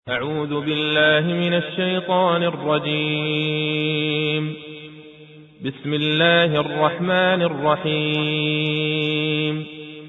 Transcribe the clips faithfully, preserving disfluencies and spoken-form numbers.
أعوذ بالله من الشيطان الرجيم. بسم الله الرحمن الرحيم.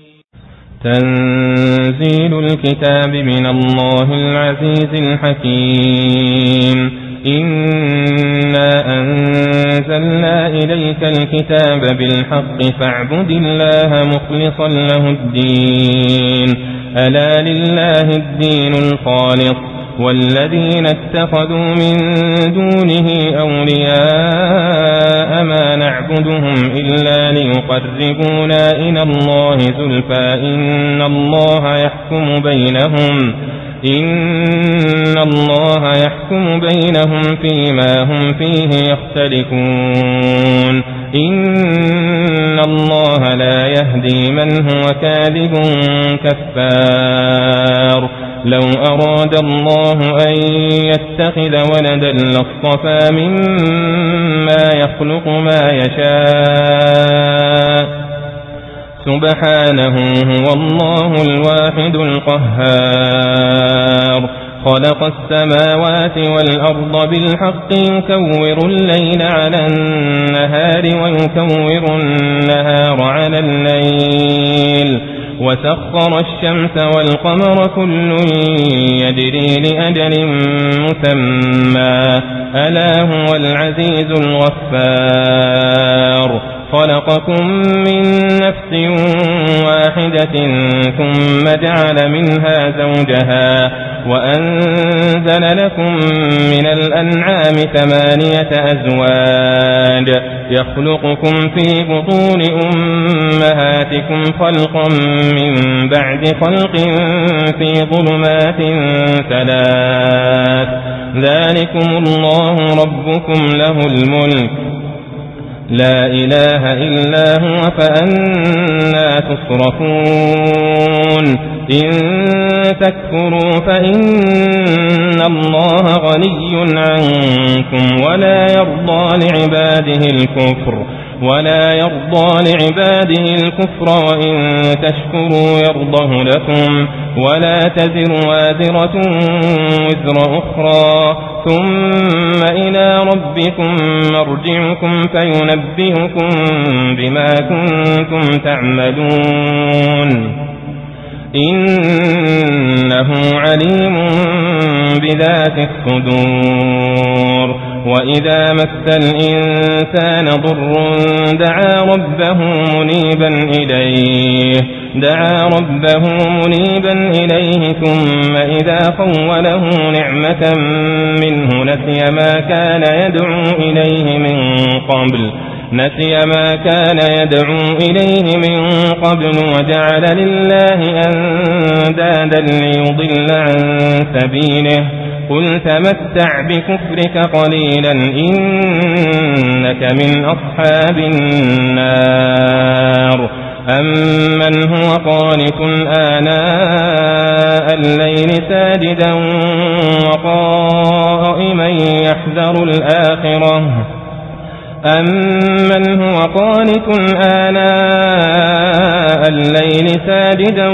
تنزيل الكتاب من الله العزيز الحكيم. إنا أنزلنا إليك الكتاب بالحق فاعبد الله مخلصا له الدين. ألا لله الدين الخالص والذين اتخذوا من دونه أولياء ما نعبدهم إلا ليقربونا إلى الله زلفى إن الله يحكم بينهم إن الله يحكم بينهم فيما هم فيه يختلفون. إن الله لا يهدي من هو كاذب كفار. لو أراد الله أن يتخذ ولدا لاصطفى مما يخلق ما يشاء سبحانه هو الله الواحد القهار. خلق السماوات والأرض بالحق يكور الليل على النهار ويكور النهار على الليل وسخر الشمس والقمر كل يجري لأجل مسمى ألا هو العزيز الغفار. خلقكم من نفس واحدة ثم جعل منها زوجها وأنزل لكم من الأنعام ثمانية أزواج يخلقكم في بطون أمهاتكم خلقا من بعد خلق في ظلمات ثلاث. ذلكم الله ربكم له الملك لا إله إلا هو فأنا تصرفون. إن تكفروا فإن الله غني عنكم ولا يرضى لعباده الكفر ولا يرضى لعباده الكفر وإن تشكروا يرضه لكم ولا تزر وازرة وزر أخرى ثم إلى ربكم مرجعكم فينبئكم بما كنتم تعملون. إنه عليم بذات الصدور. وإذا مس الإنسان ضر دعا ربه منيبا إليه دعا ربه منيبا إليه ثم إذا خوله نعمة منه نسي ما كان يدعو إليه من قبل نسي ما كان يدعو إليه من قبل وجعل لله أندادا ليضل عن سبيله. قل تمتع بكفرك قليلا إنك من أصحاب النار. أمن هو قانت آناء الليل ساجدا وقائما يحذر الآخرة أمن هو قانت آناء الليل ساجدا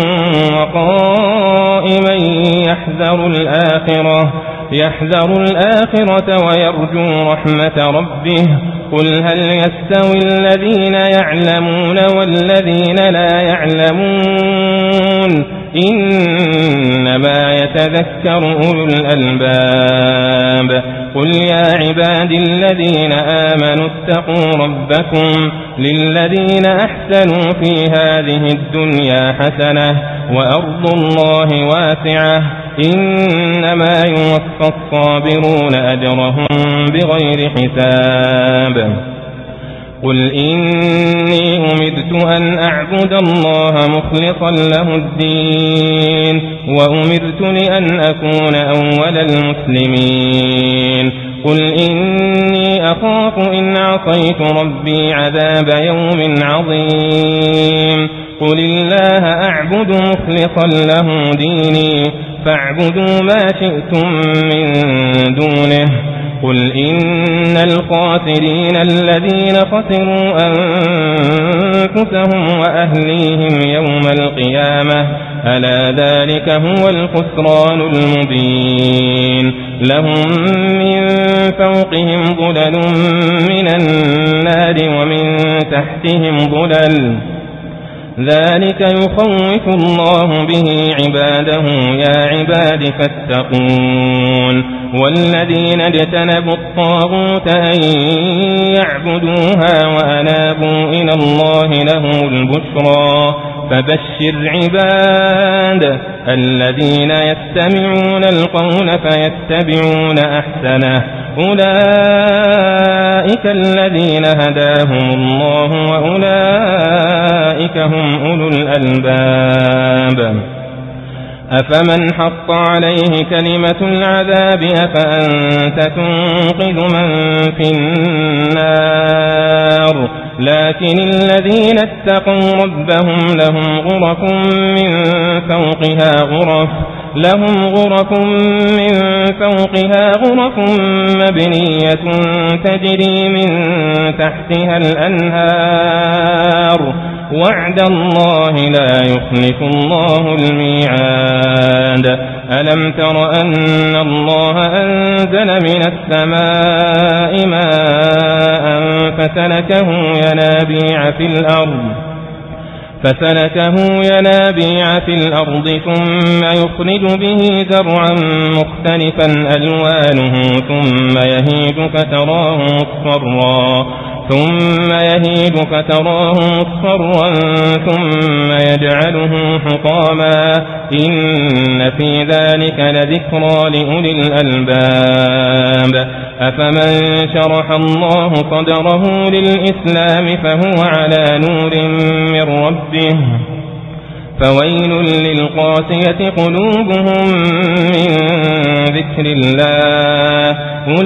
وقائما يحذر الآخرة يحذر الآخرة ويرجو رحمة ربه. قل هل يستوي الذين يعلمون والذين لا يعلمون إنما يتذكر أولو الألباب. قل يا عبادي الذين آمنوا اتقوا ربكم للذين أحسنوا في هذه الدنيا حسنة وأرض الله واسعة إنما يوفى الصابرون أجرهم بغير حساب. قل إني أمرت أن أعبد الله مخلصا له الدين وأمرت لأن أكون أول المسلمين. قل إني أخاف إن عصيت ربي عذاب يوم عظيم. قل الله أعبد مخلصا له ديني فاعبدوا ما شئتم من دونه. قل إن الخاسرين الذين خسروا أنفسهم وأهليهم يوم القيامة ألا ذلك هو الخسران المبين لهم من فوقهم ظلل من النار ومن تحتهم ظلل ذلك يخوف الله به عباده يا عباد فاتقون والذين اجتنبوا الطاغوت أن يعبدوها وأنابوا إلى الله لهم البشرى فبشر عباد الذين يستمعون القول فيتبعون أحسنه أولئك الذين هداهم الله وأولئك هم أولو الألباب أفمن حق عليه كلمة العذاب أفأنت تنقذ من في النار لكن الذين اتقوا ربهم لهم غرف من فوقها غرف لهم غرف من فوقها غرف مبنية تجري من تحتها الأنهار وعد الله لا يخلف الله الميعاد ألم تر أن الله أنزل من السماء ماء فسلكه ينابيع في الأرض فسلكه ينابيع في الأرض ثم يخرج به زرعا مختلفا ألوانه ثم يهيج فتراه مصفرا ثم يهيج فتراه مصفرا ثم يجعله حطاما إن في ذلك لذكرى لأولي الألباب أفمن شرح الله صدره للإسلام فهو على نور من ربه فويل للقاسية قلوبهم من ذكر الله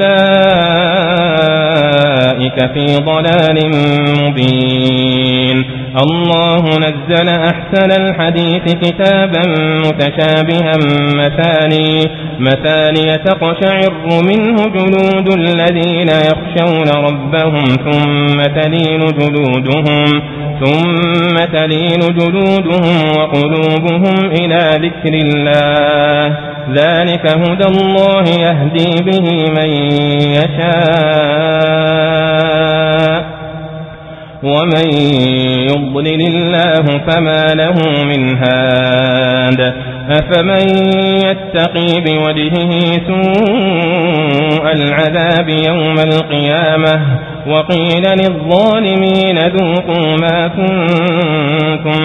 أولئك في ضلال مبين الله نزل أحسن الحديث كتابا متشابها مثاني مثاني تقشعر منه جلود الذين يخشون ربهم ثم تلين جلودهم ثم تلين جلودهم وقلوبهم إلى ذكر الله ذلك هدى الله يهدي به من يشاء ومن يضلل الله فما له من هاد أفمن يتقي بوجهه سوء العذاب يوم القيامة وقيل للظالمين ذوقوا ما كنتم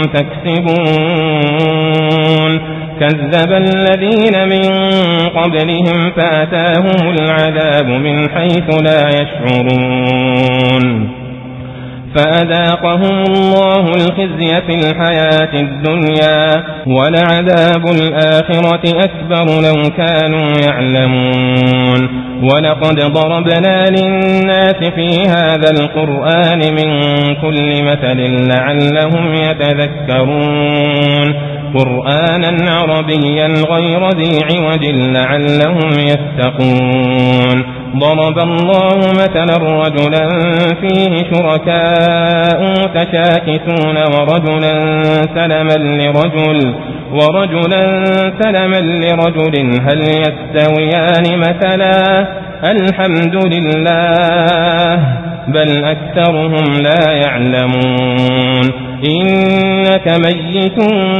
تكسبون كذب الذين من قبلهم فأتاهم العذاب من حيث لا يشعرون فأذاقهم الله الخزي في الحياة الدنيا ولعذاب الآخرة أكبر لو كانوا يعلمون ولقد ضربنا للناس في هذا القرآن من كل مثل لعلهم يتذكرون قرآنا عربيا غير ذي عوج لعلهم يتقون ضرب الله مثلا رجلا فيه شركاء متشاكسون ورجلا سلما لرجل ورجلا سلما لرجل هل يستويان مثلا الحمد لله بل أكثرهم لا يعلمون إنك ميت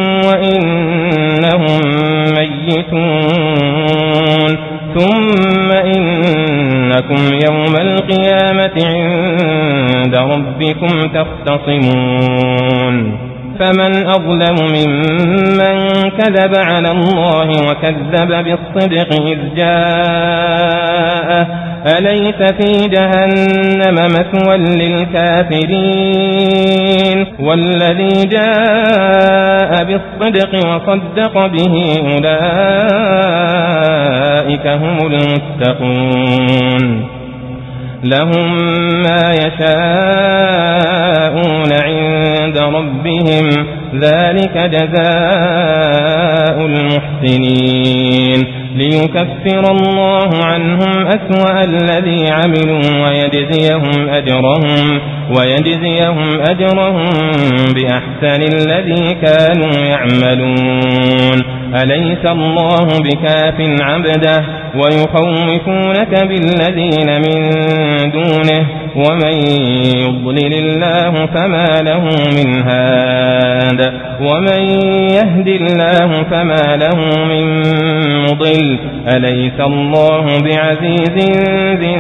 وإنهم ميتون ثم إنكم يوم القيامة عند ربكم تختصمون فمن أظلم ممن كذب على الله وكذب بالصدق إذ جاءه أليس في جهنم مثوى للكافرين والذي جاء بالصدق وصدق به أولئك هم المتقون لهم ما يشاءون عند ربهم ذلك جزاء المحسنين ليكفر الله عنهم أسوأ الذي عملوا ويجزيهم أجرهم ويجزيهم أجرهم بأحسن الذي كانوا يعملون أليس الله بكاف عبده ويخوفونك بالذين من دونه ومن يضلل الله فما له من هاد ومن يهد الله فما له من مضل أليس الله بعزيز ذي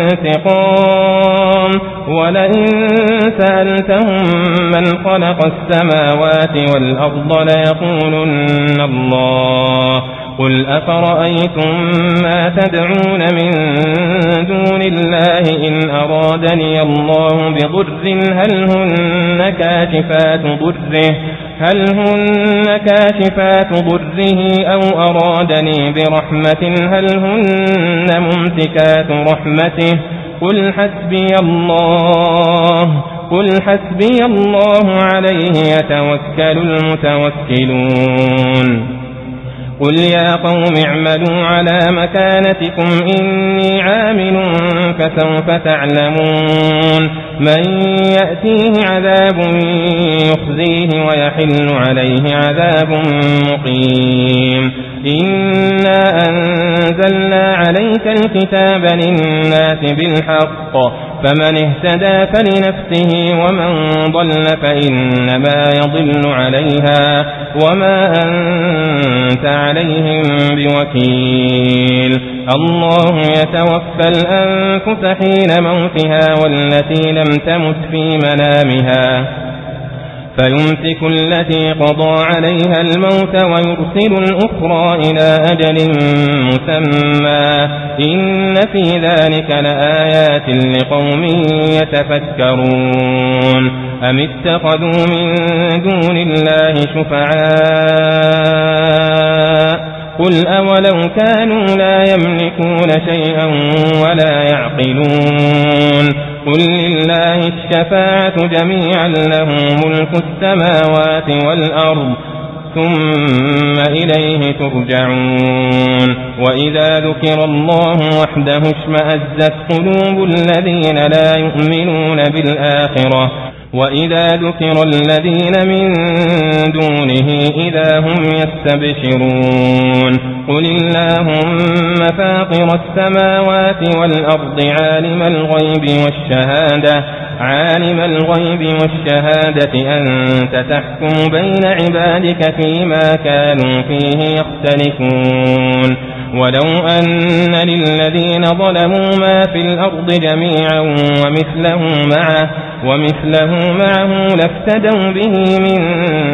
انتقام ولئن سألتهم من خلق السماوات والأرض ليقولن الله قل أفرأيتم ما تدعون من دون الله إن أرادني الله بضر هل هن كاشفات ضره هل هن كاشفات ضره أو أرادني برحمة هل هن ممسكات رحمته قل حسبي الله قل حسبي الله عليه يتوكل المتوكلون قل يا قوم اعملوا على مكانتكم إني عامل فسوف تعلمون من يأتيه عذاب يخزيه ويحل عليه عذاب مقيم إنا أنزلنا عليك الكتاب للناس بالحق فمن اهتدى فلنفسه ومن ضل فإنما يضل عليها وما أنت عليهم بوكيل الله يتوفى الأنفس حين موتها والتي لم تمت في منامها فيمسك التي قضى عليها الموت ويرسل الأخرى إلى أجل مسمى إن في ذلك لآيات لقوم يتفكرون أم اتخذوا من دون الله شفعاء قل أولو كانوا لا يملكون شيئا ولا يعقلون قل لله الشفاعة جميعا له ملك السماوات والأرض ثم إليه ترجعون وإذا ذكر الله وحده اشمأزت قلوب الذين لا يؤمنون بالآخرة وإذا ذكر الذين من دونه إذا هم يستبشرون قل اللهم فاطر السماوات والأرض عالم الغيب والشهادة عالم الغيب والشهادة أنت تحكم بين عبادك فيما كانوا فيه يختلفون ولو أن للذين ظلموا ما في الأرض جميعا ومثله معه ومثله معه لافتدوا به من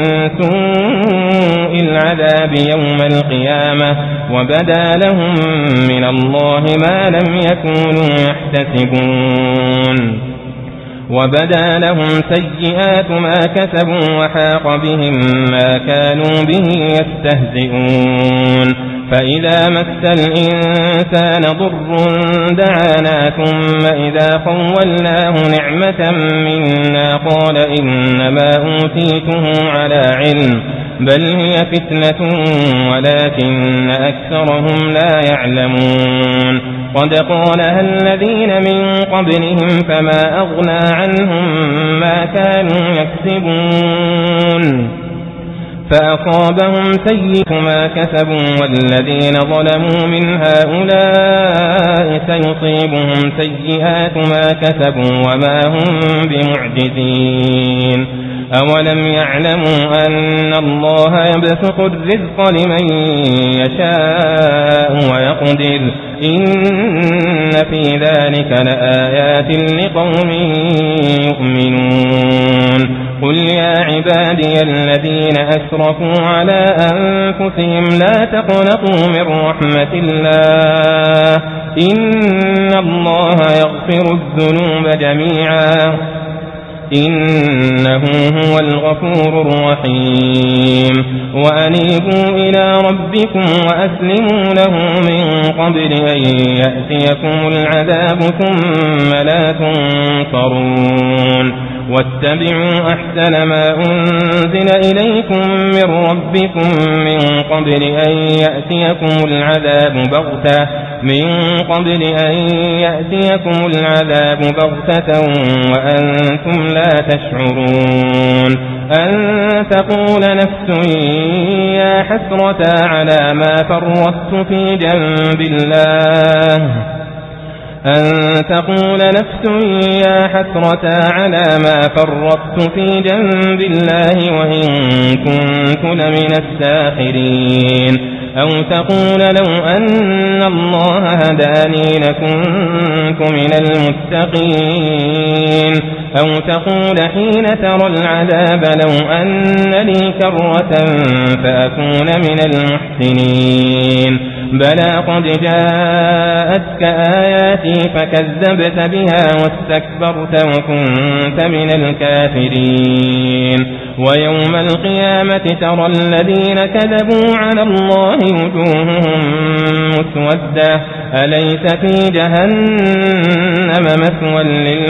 سوء العذاب يوم القيامة وبدا لهم من الله ما لم يكونوا يحتسبون وبدا لهم سيئات ما كسبوا وحاق بهم ما كانوا به يستهزئون فإذا مس الإنسان ضر دعانا ثم إذا خولناه نعمة منا قال إنما أوتيته على علم بل هي فتنة ولكن أكثرهم لا يعلمون قد قالها الذين من قبلهم فما أغنى عنهم ما كانوا يكسبون فأصابهم سيئات ما كسبوا والذين ظلموا من هؤلاء سيصيبهم سيئات ما كسبوا وما هم بمعجزين أولم يعلموا أن الله يبسط الرزق لمن يشاء ويقدر إن في ذلك لآيات لقوم يؤمنون قل يا عبادي الذين أسرفوا على أنفسهم لا تقنطوا من رحمة الله إن الله يغفر الذنوب جميعا إنه هو الغفور الرحيم وأنيبوا إلى ربكم وأسلموا له من قبل أن يأتيكم العذاب ثم لا تنصرون واتبعوا أحسن ما أنزل إليكم من ربكم من قبل أن يأتيكم العذاب بغتة من قبل أن يأتيكم العذاب بغتة وأنتم لا تشعرون أن تقول نفس يا حسرة على ما فرطت في جنب الله أن تقول نفس يا حسرة على ما فرطت في جنب الله وإن كنت لمن الساخرين أو تقول لو أن الله هداني لكنت من المتقين أو تقول حين ترى العذاب لو أن لي كرة فأكون من المحسنين بلى قد جاءتك آياتي فكذبت بها واستكبرت وكنت من الكافرين ويوم القيامة ترى الذين كذبوا على الله وجوههم مسودة أليس في جهنم مثوى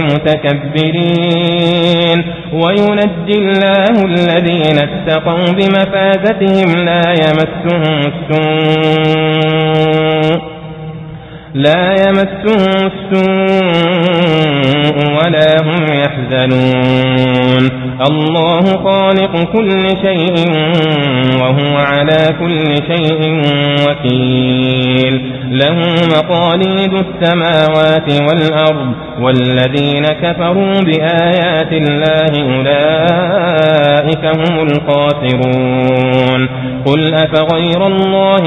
للمتكبرين وينجي الله الذين اتقوا بمفازتهم لا يمسهم السوء لا يمسهم السوء ولا هم يحزنون الله خالق كل شيء وهو على كل شيء وكيل له مقاليد السماوات والأرض والذين كفروا بآيات الله أولئك هم الخاسرون قل أفغير الله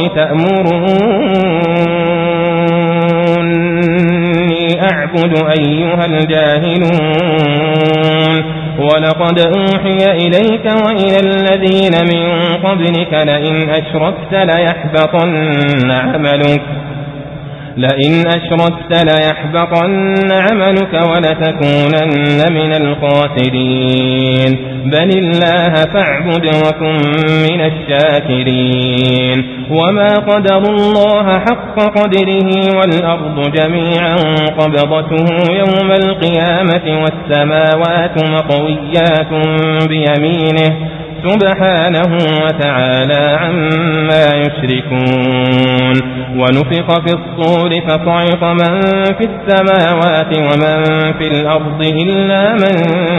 تأمروني أعبد أيها الجاهلون ولقد أوحي إليك وإلى الذين من قبلك لئن أشركت ليحبطن عملك لئن أشركت ليحبطن عملك ولتكونن من الخاسرين بل الله فاعبد وكن من الشاكرين وما قدر الله حق قدره والأرض جميعا قبضته يوم القيامة والسماوات مطويات بيمينه سبحانه وتعالى عما يشركون ونفخ في الصور فصعق من في السماوات ومن في الأرض إلا من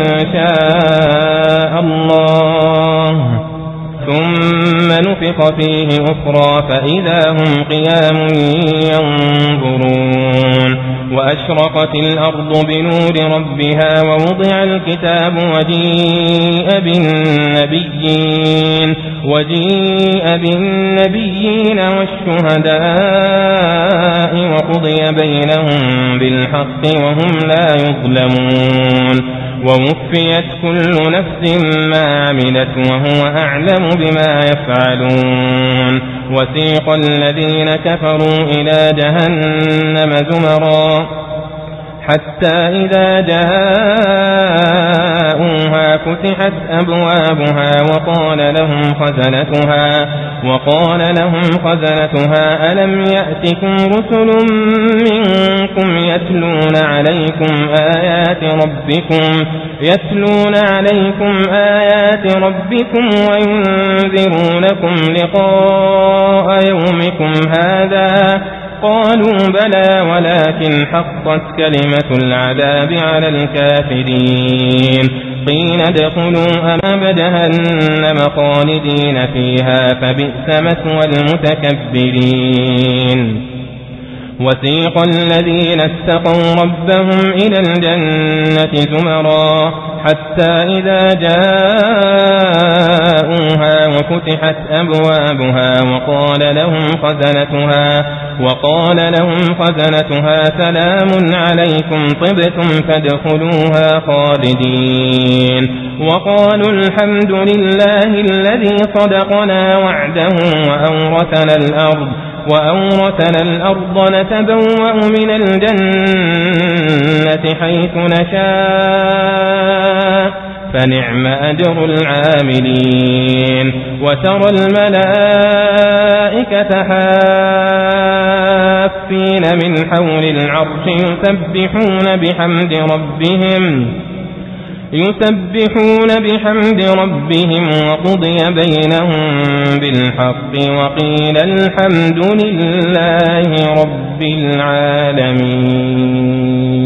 شاء الله ثم نفخ فيه أخرى فإذا هم قيام ينظرون وأشرقت الأرض بنور ربها ووضع الكتاب وجيء بالنبيين وجيء بالنبيين والشهداء وقضي بينهم بالحق وهم لا يظلمون ووفيت كل نفس ما عملت وهو أعلم بما يفعلون وسيق الذين كفروا إلى جهنم زمرا حتى إذا جاءوها فتحت أبوابها وقال لهم خزنتها وقال لهم خزنتها ألم يأتكم رسل منكم يتلون عليكم آيات ربكم يتلون عليكم آيات ربكم وينذرونكم لقاء يومكم هذا قالوا بلى ولكن حقت كلمة العذاب على الكافرين قيل ادخلوا أبواب جهنم خالدين فيها فبئس مثوى المتكبرين وسيق الذين اتقوا ربهم إلى الجنة زمرا حتى إذا جاءوها وفتحت أبوابها وقال لهم خزنتها وقال لهم خزنتها سلام عليكم طبتم فادخلوها خالدين وقالوا الحمد لله الذي صدقنا وعده وأورثنا الأرض وأورثنا الأرض نتبوأ من الجنة حيث نشاء فنعم أجر العاملين وترى الملائكة حافين من حول العرش يسبحون بحمد ربهم يسبحون بحمد ربهم وقضي بينهم بالحق وقيل الحمد لله رب العالمين.